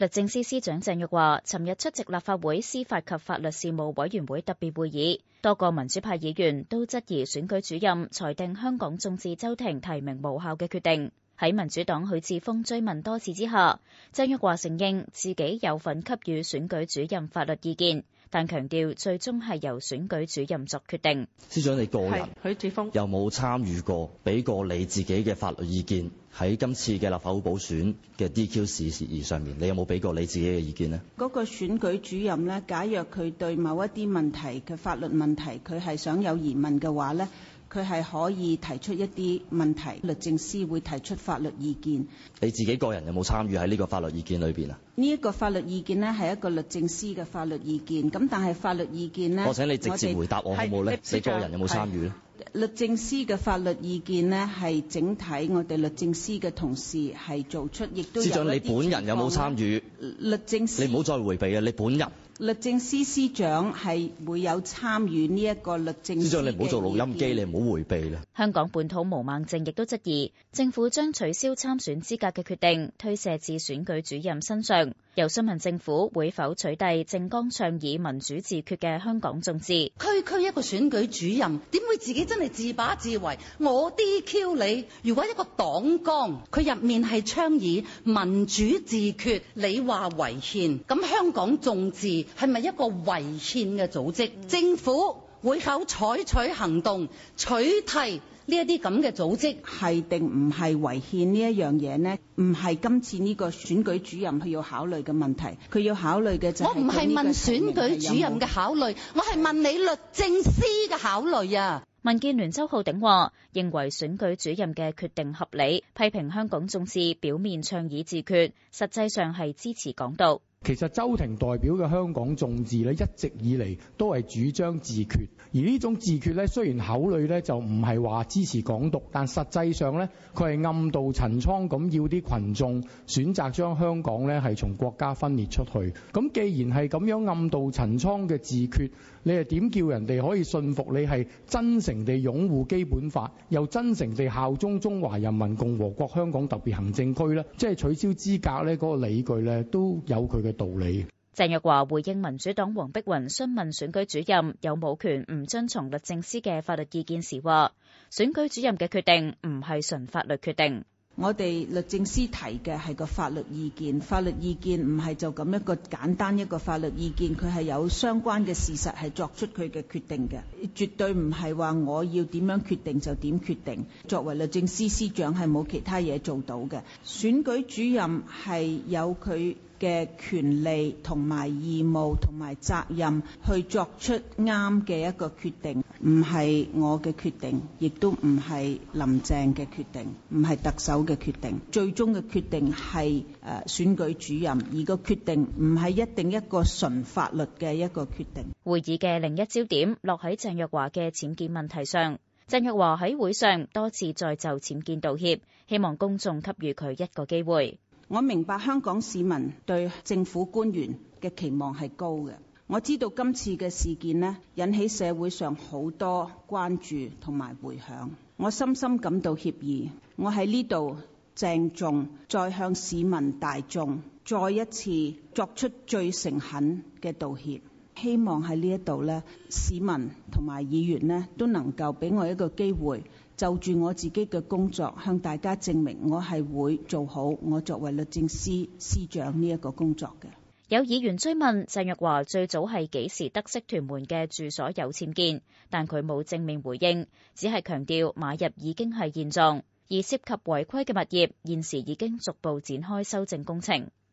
律政司司長鄭若驊尋日出席立法會司法及法律事務委員會特別會議，多個民主派議員都質疑選舉主任裁定香港眾志周庭提名無效嘅決定。喺民主黨許智峰追問多次之下，鄭若驊承認自己有份給予選舉主任法律意見，但強調最終係由選舉主任作決定。 司長你個人許智峰有冇參與過俾過你自己嘅法律意見？喺今次嘅立法會補選嘅 DQ 事宜上面，你有冇俾過你自己嘅意見呢？ 嗰個選舉主任呢，假若佢對某一啲問題嘅法律問題，佢係想有疑問嘅話呢，佢係可以提出一啲問題，律政司會提出法律意見。 你自己個人有冇參與喺呢個法律意見裏邊啊？ 呢一個法律意見呢，係一個律政司嘅法律意見，咁但係法律意見呢， 我請你直接回答我好冇呢？你個人有冇參與呢？ 律政司嘅法律意見呢，係整體我哋律政司嘅同事係做出，亦都有。司長你本人有冇參與？律政司， 你唔好再迴避啊！你本人。 律政司司長係會有參與呢一個律政司嘅意見。司長你唔好做錄音機，你唔好迴避啦。 香港本土毛孟靜亦都質疑政府將取消參選資格嘅決定推卸至選舉主任身上，又詢問政府會否取締政綱倡議民主自決嘅香港眾志。 區區一個選舉主任點會自己真係自把自為？我 DQ 你，如果一個黨綱佢入面係倡議民主自決，你話違憲，咁香港眾志係咪一個違憲嘅組織？政府會否採取行動取締呢一啲咁嘅組織？ 係定唔係違憲呢一樣嘢呢？唔係今次呢個選舉主任佢要考慮嘅問題，佢要考慮嘅就係。我唔係問選舉主任嘅考慮，我係問你律政司嘅考慮啊！ 民建聯周浩鼎話，認為選舉主任嘅決定合理，批評香港眾志表面倡議自決，實際上係支持港獨。 其實周庭代表嘅香港眾志咧，一直以嚟都係主張自決，而呢種自決咧，雖然口裡咧就唔係話支持港獨，但實際上咧，佢係暗度陳倉咁要啲群眾選擇將香港咧係從國家分裂出去。咁既然係咁樣暗度陳倉嘅自決，你係點叫人哋可以信服你係真誠地擁護基本法，又真誠地效忠中華人民共和國香港特別行政區呢？即係取消資格呢嗰個理據呢，都有佢嘅道理。 鄭若驊回應民主黨黃碧雲詢問選舉主任有冇權唔遵從律政司嘅法律意見時話，選舉主任嘅決定唔係純法律決定。 我哋律政司提嘅係個法律意見，法律意見唔係就咁一個簡單一個法律意見，佢係有相關嘅事實係作出佢嘅決定嘅，絕對唔係話我要點樣決定就點決定。作為律政司司長係冇其他嘢做到嘅，選舉主任係有佢嘅權利同埋義務同埋責任去作出啱嘅一個決定，唔係我嘅決定，亦都唔係林鄭嘅決定，唔係特首嘅決定。最終嘅決定係選舉主任，而個決定唔係一定一個純法律嘅一個決定。 會議嘅另一焦點落喺鄭若驊嘅僭建問題上。鄭若驊喺會上多次再就僭建道歉，希望公眾給予佢一個機會。 我明白香港市民對政府官員嘅期望係高嘅。我知道今次嘅事件呢，引起社會上好多關注同埋迴響，我深深感到歉意。我喺呢度鄭重再向市民大眾再一次作出最誠懇嘅道歉。希望喺呢一度呢，市民同埋議員呢都能夠俾我一個機會，就住我自己嘅工作向大家證明我係會做好我作為律政司司長呢一個工作嘅。 有議員追問鄭若驊最早係幾時得悉屯門嘅住所有僭建，但佢冇正面回應，只係強調買入已經係現狀，而涉及違規嘅物業現時已經逐步展開修正工程。